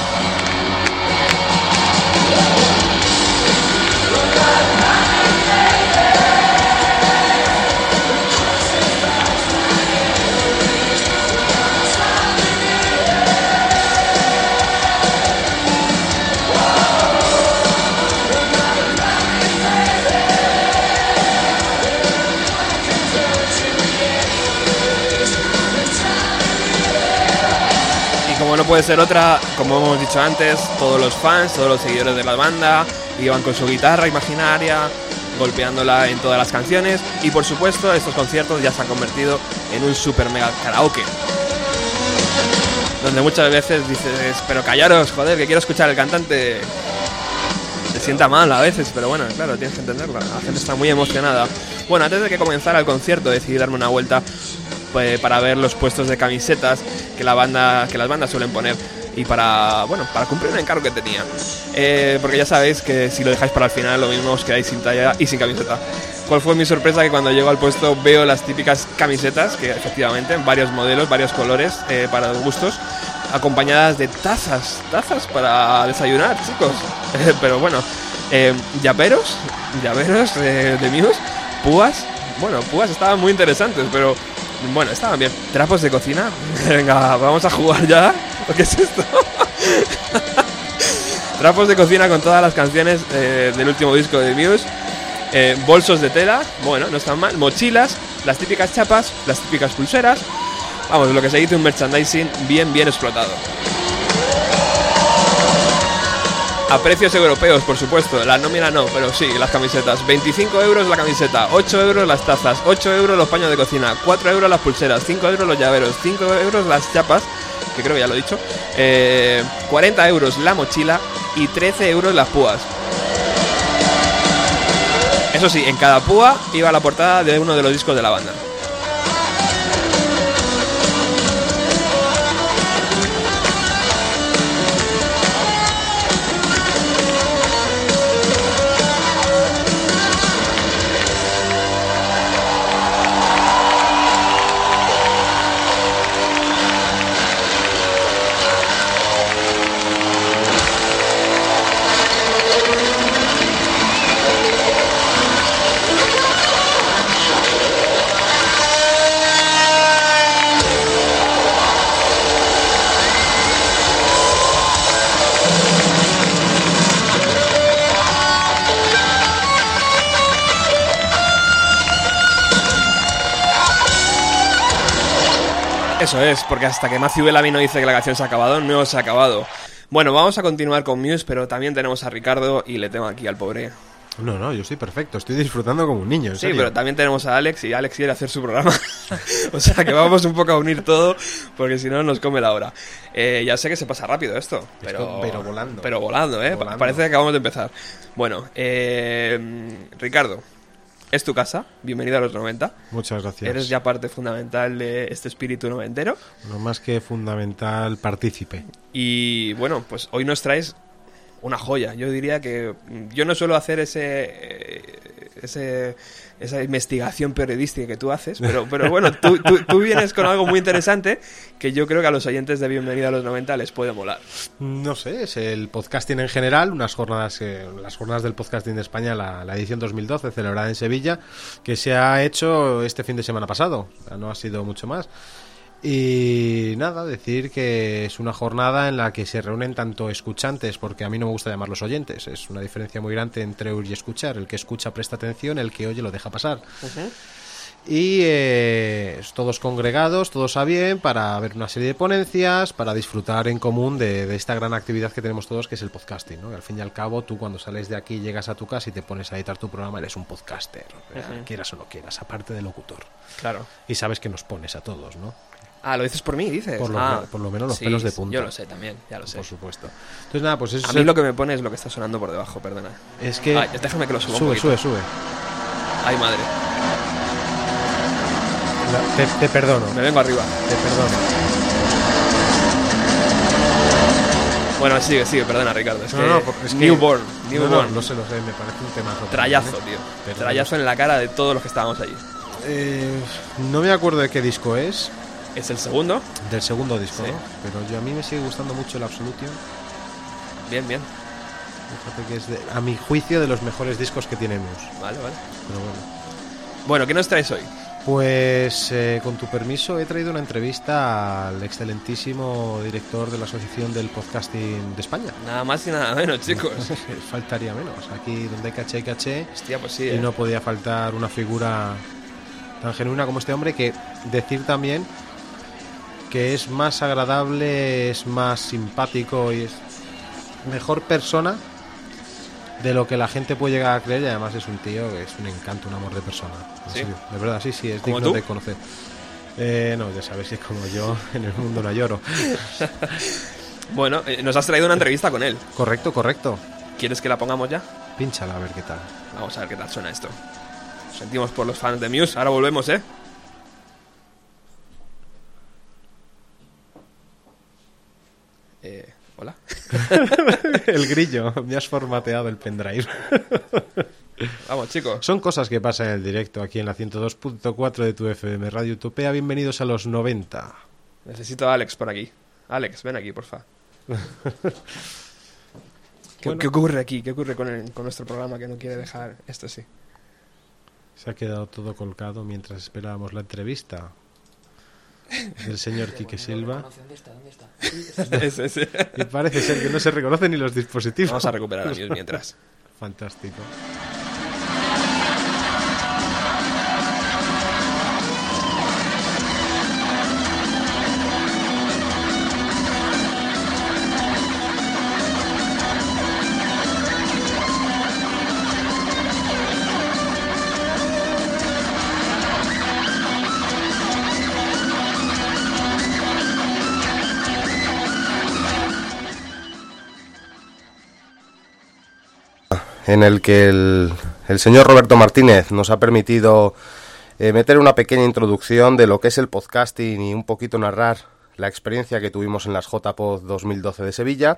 Como no puede ser otra, como hemos dicho antes, todos los fans, todos los seguidores de la banda iban con su guitarra imaginaria, golpeándola en todas las canciones, y por supuesto estos conciertos ya se han convertido en un super mega karaoke, donde muchas veces dices, pero callaros, joder, que quiero escuchar al cantante. Te sienta mal a veces, pero bueno, claro, tienes que entenderlo, la gente está muy emocionada. Bueno, antes de que comenzara el concierto decidí darme una vuelta pues, para ver los puestos de camisetas que la banda que las bandas suelen poner, y para bueno para cumplir un encargo que tenía, eh, porque ya sabéis que si lo dejáis para el final lo mismo os quedáis sin talla y sin camiseta. ¿Cuál fue mi sorpresa? Que cuando llego al puesto veo las típicas camisetas, que efectivamente varios modelos, varios colores, eh, para los gustos, acompañadas de tazas tazas para desayunar, chicos. Eh, pero bueno, eh, llaveros llaveros eh, de Muse, púas, bueno, púas estaban muy interesantes, pero bueno, estaban bien. Trapos de cocina. Venga, vamos a jugar ya. ¿Qué es esto? Trapos de cocina con todas las canciones eh, del último disco de Muse. Eh, bolsos de tela. Bueno, no están mal. Mochilas. Las típicas chapas. Las típicas pulseras. Vamos, lo que se dice un merchandising bien, bien explotado. A precios europeos, por supuesto. La nómina no, pero sí, las camisetas. veinticinco euros la camiseta, ocho euros las tazas, ocho euros los paños de cocina, cuatro euros las pulseras, cinco euros los llaveros, cinco euros las chapas, que creo que ya lo he dicho, eh, cuarenta euros la mochila y trece euros las púas. Eso sí, en cada púa iba la portada de uno de los discos de la banda. Eso es, porque hasta que Matthew Bellamy no dice que la canción se ha acabado, no se ha acabado. Bueno, vamos a continuar con Muse, pero también tenemos a Ricardo y le tengo aquí al pobre. No, no, yo estoy perfecto, estoy disfrutando como un niño, en Sí, serio. pero también tenemos a Alex y Alex quiere hacer su programa. O sea que vamos un poco a unir todo, porque si no nos come la hora. Eh, ya sé que se pasa rápido esto, pero, Esto, pero volando. Pero volando, ¿eh? Volando. Parece que acabamos de empezar. Bueno, eh, Ricardo, es tu casa, bienvenido a los noventa. Muchas gracias. Eres ya parte fundamental de este espíritu noventero. No más que fundamental partícipe. Y bueno, pues hoy nos traes una joya. Yo diría que yo no suelo hacer ese, ese esa investigación periodística que tú haces, pero, pero bueno, tú, tú, tú vienes con algo muy interesante que yo creo que a los oyentes de Bienvenida a los noventa les puede molar. No sé, es el podcasting en general, unas jornadas, eh, las jornadas del podcasting de España, la, la edición dos mil doce, celebrada en Sevilla, que se ha hecho este fin de semana pasado, no ha sido mucho más. Y nada, decir que es una jornada en la que se reúnen tanto escuchantes, porque a mí no me gusta llamarlos oyentes, es una diferencia muy grande entre oír y escuchar. El que escucha presta atención, el que oye lo deja pasar. Uh-huh. Y eh, todos congregados, todos a bien, para ver una serie de ponencias, para disfrutar en común de, de esta gran actividad que tenemos todos, que es el podcasting, ¿no? Y al fin y al cabo, tú cuando sales de aquí, llegas a tu casa y te pones a editar tu programa, eres un podcaster, uh-huh. quieras o no quieras, aparte de locutor. Claro. Y sabes que nos pones a todos, ¿no? Ah, lo dices por mí, dices. Por lo, ah, por lo menos los sí, pelos de punta. Yo lo sé también, ya lo sé. Por supuesto. Entonces nada, pues eso a es mí el... lo que me pone es lo que está sonando por debajo, perdona. Es que... Ah, déjame que lo suba sube, un poquito. sube, sube. Ay, madre. La- te, te perdono, Me vengo arriba. te perdono. Bueno, sigue, sigue, perdona, Ricardo. Es No, que no, porque es que- Newborn, No, Newborn. no, lo sé, lo sé, me parece un temazo. Trayazo, también, tío. Pero Trayazo en la cara de todos los que estábamos allí. Eh, no me acuerdo de qué disco es, ¿Es el segundo? del segundo disco, Sí. ¿no? Pero yo a mí me sigue gustando mucho el Absolution. Bien, bien. Fíjate que es, de- a mi juicio, de los mejores discos que tiene Muse. Vale, vale. Pero bueno. Bueno, ¿qué nos traes hoy? Pues, eh, con tu permiso, he traído una entrevista al excelentísimo director de la Asociación del Podcasting de España. Nada más y nada menos, chicos. Faltaría menos. Aquí donde hay caché y caché. Hostia, pues sí, Y ¿eh? no podía faltar una figura tan genuina como este hombre, que decir también que es más agradable, es más simpático y es mejor persona de lo que la gente puede llegar a creer, y además es un tío que es un encanto, un amor de persona. En ¿Sí? serio, de verdad, sí, sí, es ¿Como digno tú? de conocer. Eh, no, ya sabes, es como yo, en el mundo no lloro. Bueno, eh, nos has traído una entrevista con él. Correcto, correcto. ¿Quieres que la pongamos ya? Pínchala a ver qué tal. Vamos a ver qué tal suena esto. Lo sentimos por los fans de Muse. Ahora volvemos, ¿eh? Eh, hola. El grillo, me has formateado el pendrive. Vamos, chicos. Son cosas que pasan en el directo aquí en la ciento dos punto cuatro de tu F M Radio Utopía. Bienvenidos a los noventa. Necesito a Alex por aquí. Alex, ven aquí, porfa. ¿Qué, Bueno. ¿Qué ocurre aquí? ¿Qué ocurre con, el- con nuestro programa que no quiere dejar esto así? Se ha quedado todo colgado mientras esperábamos la entrevista del señor Quique Silva. Ese, ese. Y parece ser que no se reconocen ni los dispositivos. Vamos a recuperar a Muse mientras. Fantástico. En el que el, el señor Roberto Martínez nos ha permitido eh, meter una pequeña introducción de lo que es el podcasting y un poquito narrar la experiencia que tuvimos en las J P O D dos mil doce de Sevilla,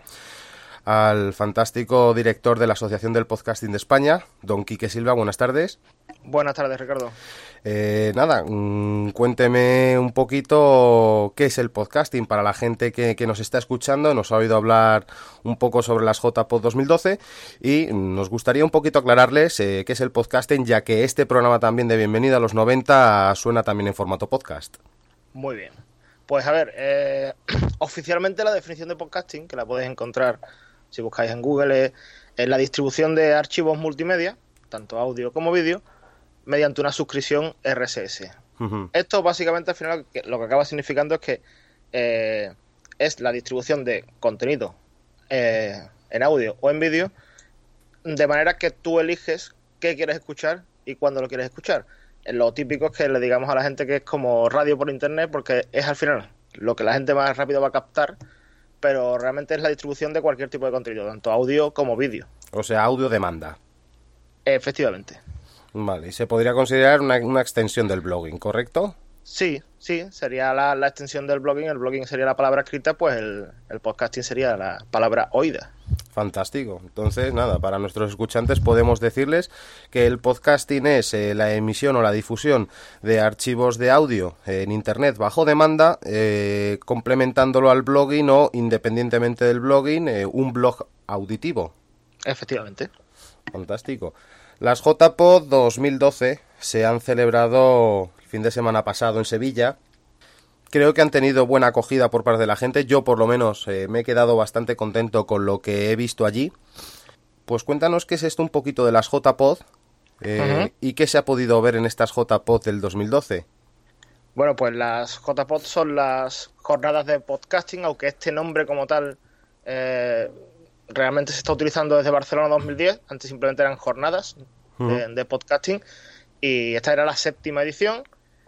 al fantástico director de la Asociación del Podcasting de España, don Quique Silva. Buenas tardes. Buenas tardes, Ricardo. Eh, nada, mmm, cuénteme un poquito qué es el podcasting para la gente que, que nos está escuchando. Nos ha oído hablar un poco sobre las J P O D dos mil doce y nos gustaría un poquito aclararles eh, qué es el podcasting, ya que este programa también de Bienvenida a los noventa suena también en formato podcast. Muy bien. Pues a ver, eh, oficialmente la definición de podcasting, que la podéis encontrar si buscáis en Google, es, es la distribución de archivos multimedia, tanto audio como vídeo, mediante una suscripción R S S. Uh-huh. Esto básicamente al final lo que, lo que acaba significando es que eh, es la distribución de contenido eh, en audio o en vídeo, de manera que tú eliges qué quieres escuchar y cuándo lo quieres escuchar. Lo típico es que le digamos a la gente que es como radio por internet, porque es al final lo que la gente más rápido va a captar, pero realmente es la distribución de cualquier tipo de contenido, tanto audio como vídeo. O sea, audio demanda. Efectivamente. Vale, y se podría considerar una, una extensión del blogging, ¿correcto? Sí, sí, sería la, la extensión del blogging. El blogging sería la palabra escrita, pues el, el podcasting sería la palabra oída. Fantástico. Entonces, nada, para nuestros escuchantes podemos decirles que el podcasting es eh, la emisión o la difusión de archivos de audio en Internet bajo demanda, eh, complementándolo al blogging o, independientemente del blogging, eh, un blog auditivo. Efectivamente. Fantástico. Las J P O D dos mil doce se han celebrado el fin de semana pasado en Sevilla. Creo que han tenido buena acogida por parte de la gente. Yo, por lo menos, eh, me he quedado bastante contento con lo que he visto allí. Pues cuéntanos qué es esto un poquito de las J P O D eh, uh-huh. y qué se ha podido ver en estas J P O D del dos mil doce. Bueno, pues las J P O D son las jornadas de podcasting, aunque este nombre como tal eh, realmente se está utilizando desde Barcelona dos mil diez. Antes simplemente eran jornadas uh-huh. de, de podcasting. Y esta era la séptima edición.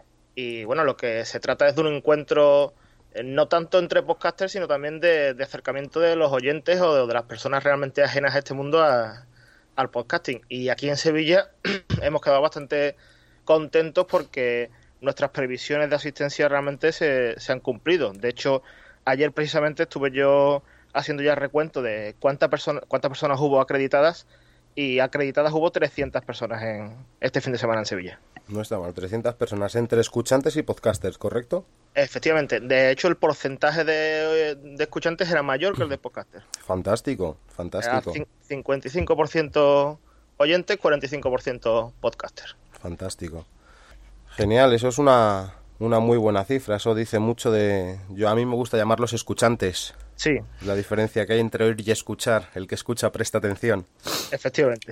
Y bueno, lo que se trata es de un encuentro eh, no tanto entre podcasters, sino también de, de acercamiento de los oyentes o de, de las personas realmente ajenas a este mundo a, al podcasting. Y aquí en Sevilla hemos quedado bastante contentos porque nuestras previsiones de asistencia realmente se, se han cumplido. De hecho, ayer precisamente estuve yo haciendo ya recuento de cuántas personas cuántas personas hubo acreditadas, y acreditadas hubo trescientas personas en este fin de semana en Sevilla. No está mal, trescientas personas entre escuchantes y podcasters, ¿correcto? Efectivamente. De hecho, el porcentaje de, de escuchantes era mayor que el de podcasters. Fantástico, fantástico. Era cincuenta y cinco por ciento oyentes, cuarenta y cinco por ciento podcasters. Fantástico. Genial, eso es una, una muy buena cifra. Eso dice mucho de... Yo a mí me gusta llamarlos escuchantes. Sí. La diferencia que hay entre oír y escuchar. El que escucha presta atención. Efectivamente.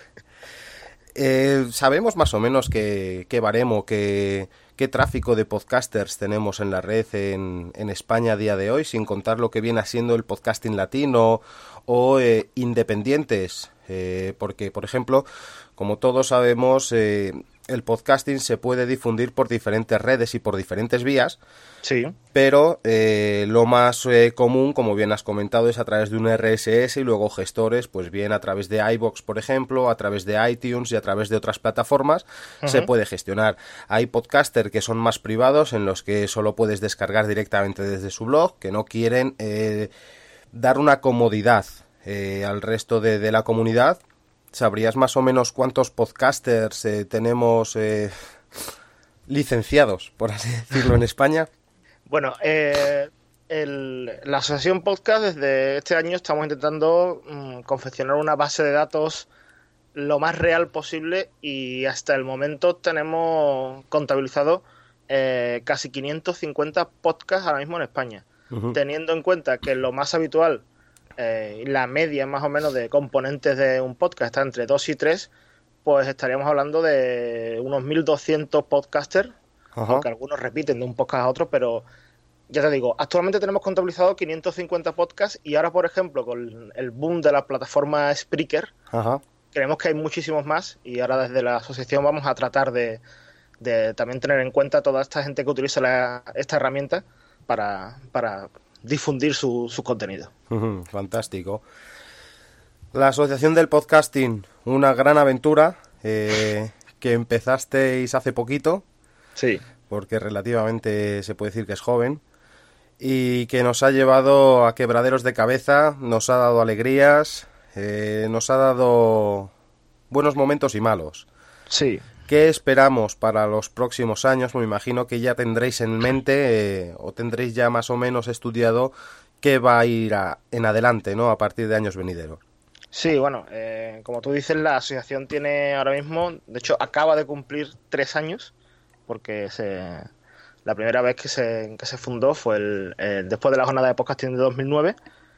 eh, Sabemos más o menos qué, qué baremo, qué, qué tráfico de podcasters tenemos en la red en, en España a día de hoy, sin contar lo que viene siendo el podcasting latino o eh, independientes. Eh, porque, por ejemplo, como todos sabemos, eh, el podcasting se puede difundir por diferentes redes y por diferentes vías. Sí. Pero eh, lo más eh, común, como bien has comentado, es a través de un R S S y luego gestores, pues bien a través de iVoox, por ejemplo, a través de iTunes y a través de otras plataformas, uh-huh. se puede gestionar. Hay podcasters que son más privados, en los que solo puedes descargar directamente desde su blog, que no quieren eh, dar una comodidad eh, al resto de, de la comunidad. ¿Sabrías más o menos cuántos podcasters eh, tenemos eh, licenciados, por así decirlo, en España? Bueno, eh, el, la Asociación Podcast desde este año estamos intentando mmm, confeccionar una base de datos lo más real posible, y hasta el momento tenemos contabilizado eh, casi quinientos cincuenta podcasts ahora mismo en España. Uh-huh. Teniendo en cuenta que lo más habitual, eh, la media más o menos de componentes de un podcast está entre dos y tres, pues estaríamos hablando de unos mil doscientos podcasters. Ajá. Aunque algunos repiten de un podcast a otro, pero ya te digo, actualmente tenemos contabilizado quinientos cincuenta podcasts, y ahora, por ejemplo, con el boom de la plataforma Spreaker, Ajá. creemos que hay muchísimos más, y ahora desde la asociación vamos a tratar de, de también tener en cuenta toda esta gente que utiliza la, esta herramienta para, para difundir su, su contenido. Uh-huh, fantástico. La Asociación del Podcasting, una gran aventura eh, que empezasteis hace poquito. Sí. Porque relativamente se puede decir que es joven, y que nos ha llevado a quebraderos de cabeza, nos ha dado alegrías, eh, nos ha dado buenos momentos y malos. Sí. ¿Qué esperamos para los próximos años? Me imagino que ya tendréis en mente eh, o tendréis ya más o menos estudiado qué va a ir a, en adelante, ¿no? A partir de años venideros. Sí, bueno, eh, como tú dices, la asociación tiene ahora mismo, de hecho acaba de cumplir tres años, porque se, la primera vez que se, que se fundó fue el, eh, después de la jornada de podcasting de dos mil nueve,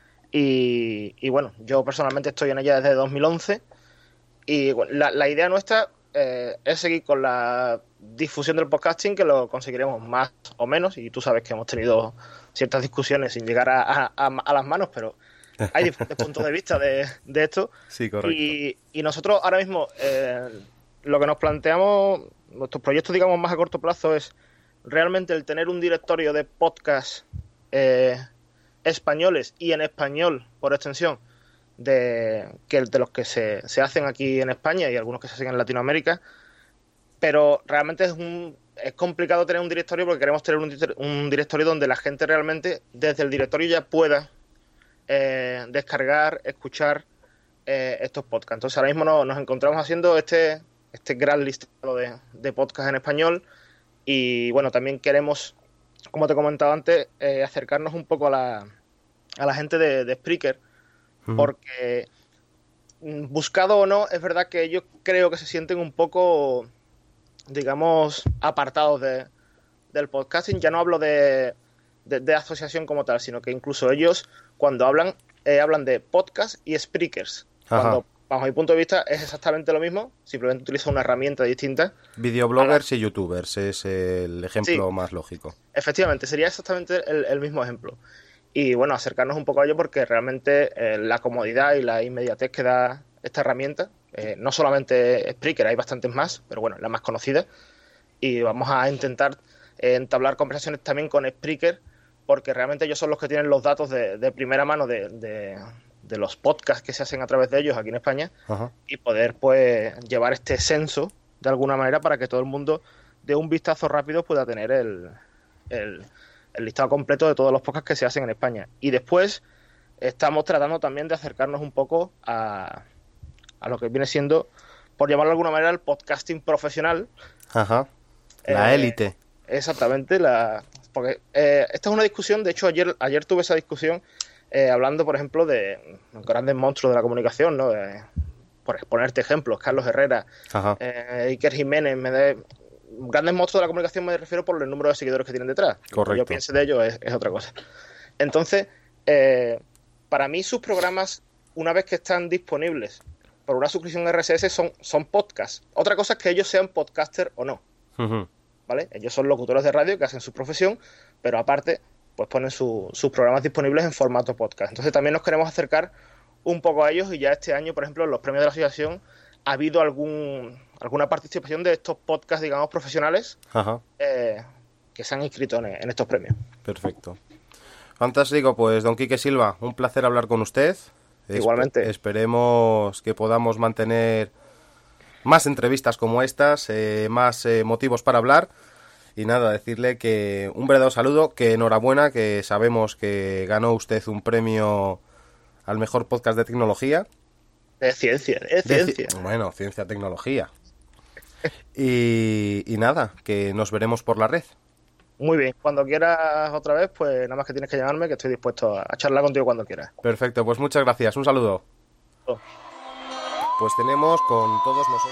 y, y bueno, yo personalmente estoy en ella desde dos mil once, y bueno, la, la idea nuestra eh, es seguir con la difusión del podcasting, que lo conseguiremos más o menos, y tú sabes que hemos tenido ciertas discusiones sin llegar a, a, a las manos, pero hay diferentes puntos de vista de, de esto. Sí, correcto. Y, y nosotros ahora mismo eh, lo que nos planteamos, nuestros proyectos, digamos, más a corto plazo, es realmente el tener un directorio de podcasts eh, españoles y en español, por extensión, de, que de los que se, se hacen aquí en España y algunos que se hacen en Latinoamérica. Pero realmente es un es complicado tener un directorio, porque queremos tener un, un directorio donde la gente realmente desde el directorio ya pueda eh, descargar, escuchar eh, estos podcasts. Entonces ahora mismo no, nos encontramos haciendo este este gran listado de, de podcasts en español, y bueno, también queremos, como te he comentado antes, eh, acercarnos un poco a la, a la gente de, de Spreaker, uh-huh. porque buscado o no, es verdad que ellos creo que se sienten un poco, digamos, apartados de, del podcasting. Ya no hablo de, de, de asociación como tal, sino que incluso ellos, cuando hablan, eh, hablan de podcast y Spreakers. Ajá. Cuando, bajo mi punto de vista, es exactamente lo mismo, simplemente utiliza una herramienta distinta. Videobloggers la... y youtubers es el ejemplo sí, más lógico. Efectivamente, sería exactamente el, el mismo ejemplo. Y bueno, acercarnos un poco a ello, porque realmente eh, la comodidad y la inmediatez que da esta herramienta, eh, no solamente Spreaker, hay bastantes más, pero bueno, la más conocida, y vamos a intentar eh, entablar conversaciones también con Spreaker, porque realmente ellos son los que tienen los datos de, de primera mano de, de, de los podcasts que se hacen a través de ellos aquí en España. Ajá. Y poder pues llevar este censo de alguna manera para que todo el mundo de un vistazo rápido pueda tener el, el, el listado completo de todos los podcasts que se hacen en España. Y después estamos tratando también de acercarnos un poco a, a lo que viene siendo, por llamarlo de alguna manera, el podcasting profesional. Ajá. La Eh, élite. Exactamente, la porque eh, esta es una discusión, de hecho ayer ayer tuve esa discusión eh, hablando, por ejemplo, de grandes monstruos de la comunicación, ¿no? De, por ponerte ejemplos, Carlos Herrera, Ajá. eh, Iker Jiménez, me de, grandes monstruos de la comunicación me refiero por el número de seguidores que tienen detrás. Lo que Correcto. yo piense de ellos es, es otra cosa. Entonces, eh, para mí sus programas, una vez que están disponibles por una suscripción R S S, son, son podcasts. Otra cosa es que ellos sean podcaster o no. Ujú. ¿Vale? Ellos son locutores de radio que hacen su profesión, pero aparte pues ponen su, sus programas disponibles en formato podcast. Entonces también nos queremos acercar un poco a ellos, y ya este año, por ejemplo, en los premios de la asociación ha habido algún alguna participación de estos podcasts, digamos, profesionales Ajá. eh, que se han inscrito en, en estos premios. Perfecto. Fantástico, pues don Quique Silva, un placer hablar con usted. Espe- Igualmente. Esperemos que podamos mantener más entrevistas como estas, eh, más eh, motivos para hablar. Y nada, decirle que un verdadero saludo, que enhorabuena, que sabemos que ganó usted un premio al mejor podcast de tecnología. Es ciencia, es De ci- ciencia. Bueno, ciencia, tecnología. Y, y nada, que nos veremos por la red. Muy bien. Cuando quieras otra vez, pues nada más que tienes que llamarme, que estoy dispuesto a, a charlar contigo cuando quieras. Perfecto, pues muchas gracias, un saludo. Oh. Pues tenemos con todos nosotros...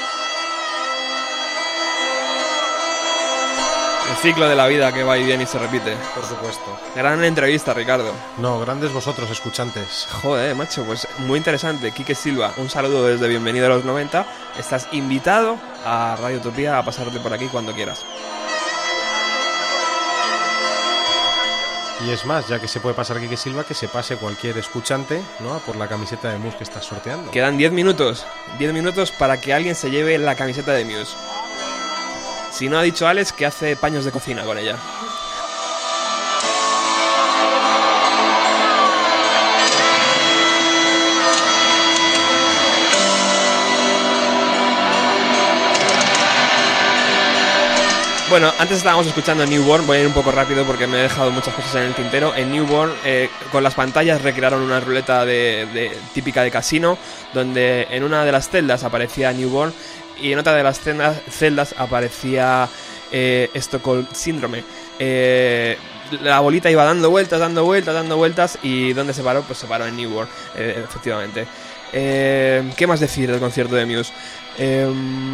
El ciclo de la vida que va y viene y se repite. Por supuesto. Gran entrevista, Ricardo. No, grandes vosotros, escuchantes. Joder, macho, pues muy interesante. Quique Silva, un saludo desde Bienvenido a los noventa. Estás invitado a Radio Utopía a pasarte por aquí cuando quieras. Y es más, ya que se puede pasar Quique Silva, que se pase cualquier escuchante, ¿no?, a por la camiseta de Muse que estás sorteando. Quedan diez minutos. diez minutos para que alguien se lleve la camiseta de Muse. Si no, ha dicho Alex que hace paños de cocina con ella. Bueno, antes estábamos escuchando Newborn, voy a ir un poco rápido porque me he dejado muchas cosas en el tintero. En Newborn, eh, con las pantallas recrearon una ruleta de, de, típica de casino, donde en una de las celdas aparecía Newborn y en otra de las celdas, celdas aparecía eh, Stockholm Syndrome. Eh, la bolita iba dando vueltas, dando vueltas, dando vueltas, y ¿dónde se paró? Pues se paró en Newborn, eh, efectivamente. Eh, ¿Qué más decir del concierto de Muse? Eh,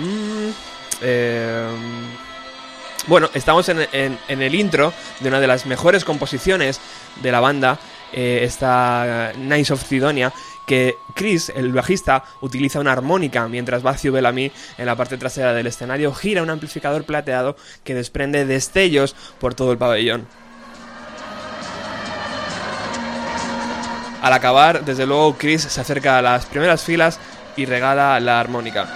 eh, Bueno, estamos en, en, en el intro de una de las mejores composiciones de la banda, eh, esta Nights of Sidonia, que Chris, el bajista, utiliza una armónica mientras Matthew Bellamy, en la parte trasera del escenario, gira un amplificador plateado que desprende destellos por todo el pabellón. Al acabar, desde luego, Chris se acerca a las primeras filas y regala la armónica.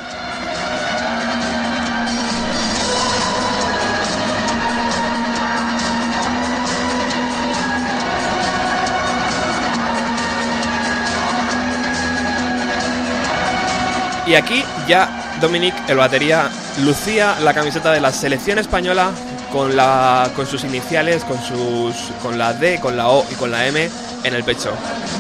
Y aquí ya Dominic, el batería, lucía la camiseta de la selección española con la con sus iniciales, con sus con la D, con la O y con la M en el pecho.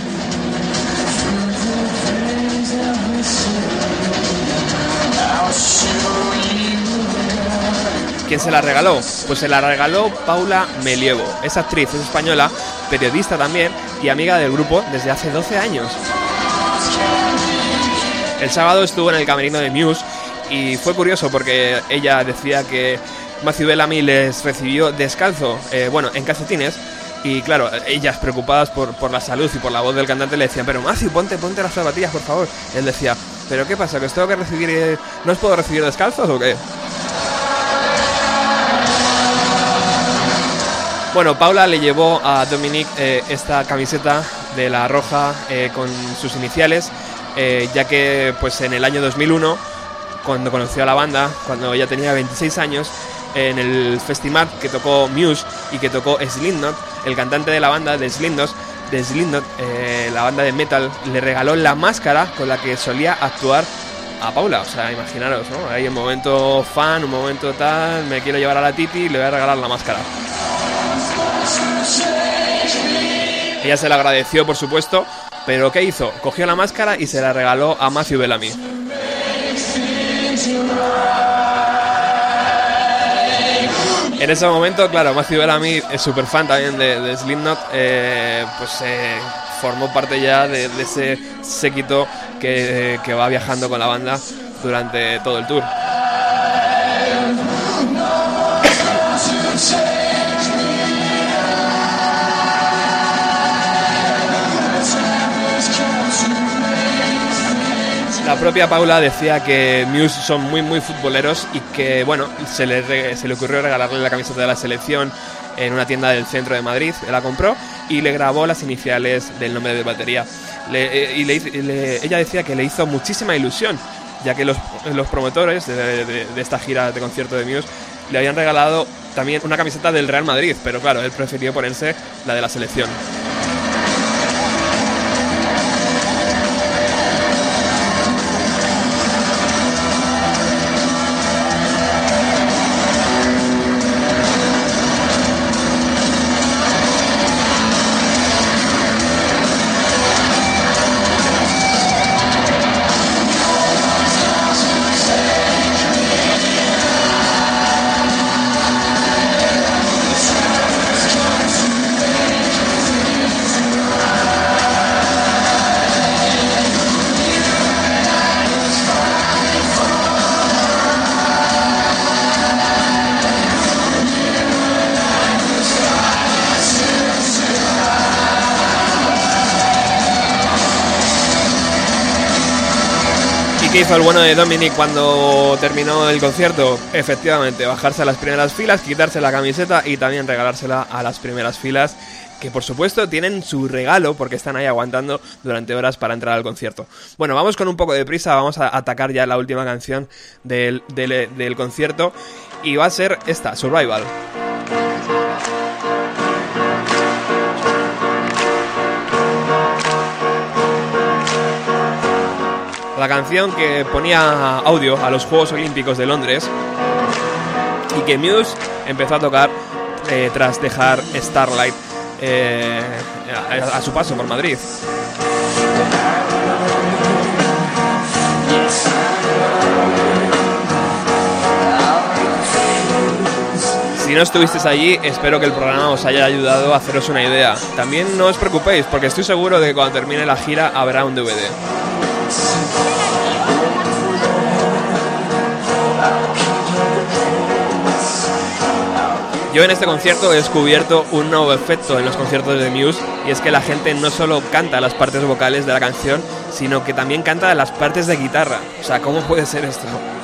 ¿Quién se la regaló? Pues se la regaló Paula Melievo. Es actriz, es española, periodista también y amiga del grupo desde hace doce años. El sábado estuvo en el camerino de Muse y fue curioso porque ella decía que Matthew Bellamy les recibió descalzo, eh, bueno, en calcetines, y claro, ellas preocupadas por, por la salud y por la voz del cantante le decían, pero Matthew, ponte, ponte las zapatillas, por favor. Él decía, ¿pero qué pasa? ¿Que os tengo que recibir? Eh, ¿No os puedo recibir descalzos o qué? Bueno, Paula le llevó a Dominic eh, esta camiseta de la roja eh, con sus iniciales, eh, ya que pues en el año dos mil uno, cuando conoció a la banda, cuando ella tenía veintiséis años, en el festival que tocó Muse y que tocó Slipknot, el cantante de la banda de Slipknot de Slipknot, eh, la banda de metal, le regaló la máscara con la que solía actuar a Paula. O sea, imaginaros, ¿no? Ahí un momento fan, un momento tal, me quiero llevar a la Titi y le voy a regalar la máscara. Ella se la agradeció, por supuesto, pero ¿qué hizo? Cogió la máscara y se la regaló a Matthew Bellamy. En ese momento, claro, Matthew Bellamy es súper fan también de, de Slipknot, eh, pues eh, formó parte ya de, de ese séquito que, que va viajando con la banda durante todo el tour. La propia Paula decía que Muse son muy muy futboleros y que, bueno, se le, re, se le ocurrió regalarle la camiseta de la selección en una tienda del centro de Madrid. La compró y le grabó las iniciales del nombre de batería. Le, y le, le, ella decía que le hizo muchísima ilusión, ya que los, los promotores de, de, de esta gira de concierto de Muse le habían regalado también una camiseta del Real Madrid, pero claro, él prefirió ponerse la de la selección. ¿Qué hizo el bueno de Dominic cuando terminó el concierto? Efectivamente, bajarse a las primeras filas, quitarse la camiseta y también regalársela a las primeras filas, que por supuesto tienen su regalo porque están ahí aguantando durante horas para entrar al concierto. Bueno, vamos con un poco de prisa, vamos a atacar ya la última canción del, del, del concierto y va a ser esta, Survival. La canción que ponía audio a los Juegos Olímpicos de Londres y que Muse empezó a tocar eh, tras dejar Starlight eh, a, a su paso por Madrid. Si no estuvisteis allí, espero que el programa os haya ayudado a haceros una idea. También no os preocupéis, porque estoy seguro de que cuando termine la gira habrá un D V D. Yo en este concierto he descubierto un nuevo efecto en los conciertos de Muse, y es que la gente no solo canta las partes vocales de la canción, sino que también canta las partes de guitarra. O sea, ¿cómo puede ser esto?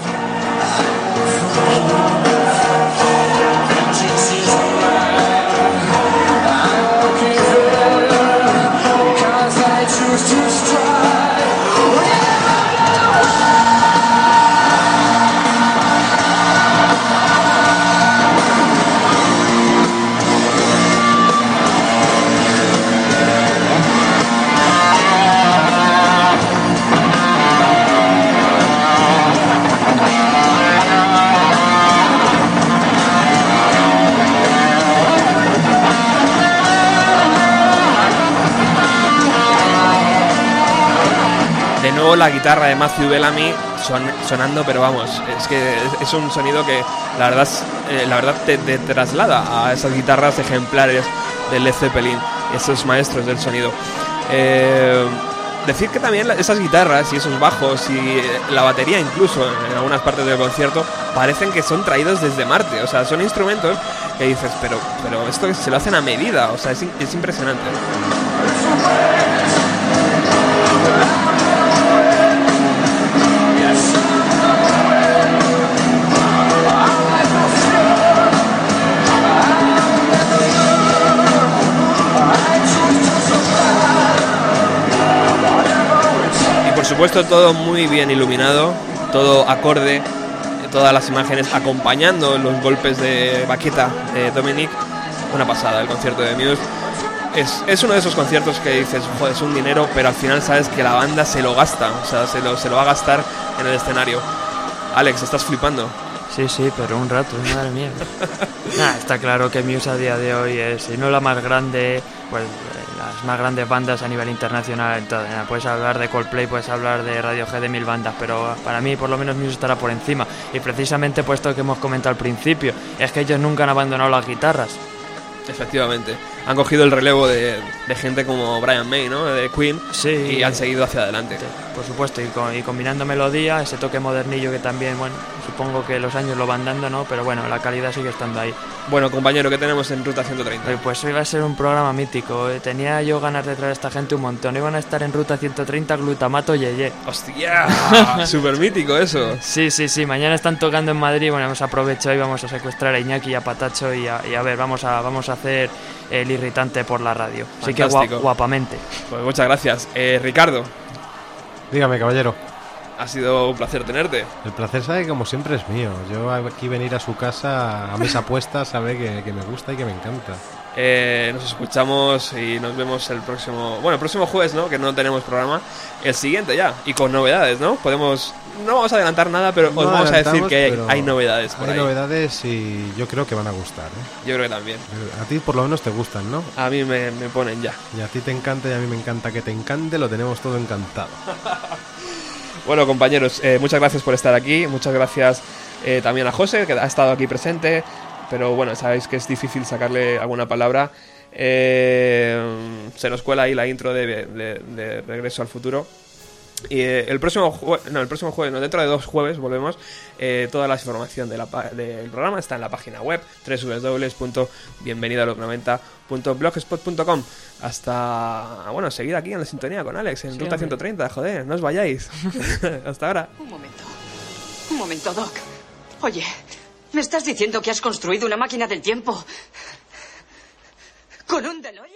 La guitarra de Matthew Bellamy son, sonando, pero vamos, es que es, es un sonido que la verdad, eh, la verdad te, te traslada a esas guitarras ejemplares de Led Zeppelin, esos maestros del sonido. Eh, decir que también esas guitarras y esos bajos y la batería incluso en algunas partes del concierto parecen que son traídos desde Marte. O sea, son instrumentos que dices, pero, pero esto se lo hacen a medida, o sea, es, es impresionante. Por supuesto, todo muy bien iluminado, todo acorde, todas las imágenes acompañando los golpes de baqueta de Dominic. Una pasada el concierto de Muse. es, es uno de esos conciertos que dices, joder, es un dinero, pero al final sabes que la banda se lo gasta, o sea, se lo, se lo va a gastar en el escenario. Alex, estás flipando. Sí, sí, pero un rato, madre mía. Nah, está claro que Muse a día de hoy es, si no la más grande, pues las más grandes bandas a nivel internacional. Entonces, puedes hablar de Coldplay, puedes hablar de Radiohead, de mil bandas, pero para mí por lo menos Muse estará por encima. Y precisamente por esto que hemos comentado al principio, es que ellos nunca han abandonado las guitarras. Efectivamente, han cogido el relevo de, de gente como Brian May, ¿no? De Queen, sí, y han seguido hacia adelante. Por supuesto, y, con, y combinando melodía, ese toque modernillo que también, bueno, supongo que los años lo van dando, ¿no? Pero bueno, la calidad sigue estando ahí. Bueno, compañero, ¿qué tenemos en Ruta ciento treinta? Pues hoy va a ser un programa mítico. Tenía yo ganas de traer a esta gente un montón. Iban a estar en Ruta ciento treinta, Glutamato Yeye. ¡Hostia! Súper mítico eso. Sí, sí, sí. Mañana están tocando en Madrid. Bueno, hemos aprovechado y vamos a secuestrar a Iñaki y a Patacho y a, y a ver, vamos a, vamos a hacer el irritante por la radio. Así que guap, guapamente. Pues muchas gracias. Eh, Ricardo. Dígame, caballero. Ha sido un placer tenerte. El placer, sabe, como siempre es mío. Yo aquí venir a su casa, a mis apuestas, sabe que, que me gusta y que me encanta. Eh, nos escuchamos y nos vemos el próximo... Bueno, el próximo jueves, ¿no? Que no tenemos programa. El siguiente ya. Y con novedades, ¿no? Podemos... No vamos a adelantar nada, pero no os vamos a decir que hay, hay novedades por hay ahí. Hay novedades y yo creo que van a gustar, ¿eh? Yo creo que también. A ti por lo menos te gustan, ¿no? A mí me, me ponen ya. Y a ti te encanta y a mí me encanta que te encante. Lo tenemos todo encantado. Bueno, compañeros, eh, muchas gracias por estar aquí. Muchas gracias eh, también a José, que ha estado aquí presente. Pero bueno, sabéis que es difícil sacarle alguna palabra. Eh, se nos cuela ahí la intro de, de, de Regreso al Futuro. Y eh, el próximo jueves, no, el próximo jueves, no, dentro de dos jueves volvemos. Eh, toda la información de la, del programa está en la página web doble u doble u doble u punto bienvenido a los noventa punto blogspot punto com. Hasta, bueno, seguid aquí en la sintonía con Alex en sí, Ruta ciento treinta, joder, no os vayáis. Hasta ahora. Un momento, un momento, Doc. Oye, ¿me estás diciendo que has construido una máquina del tiempo con un DeLorean?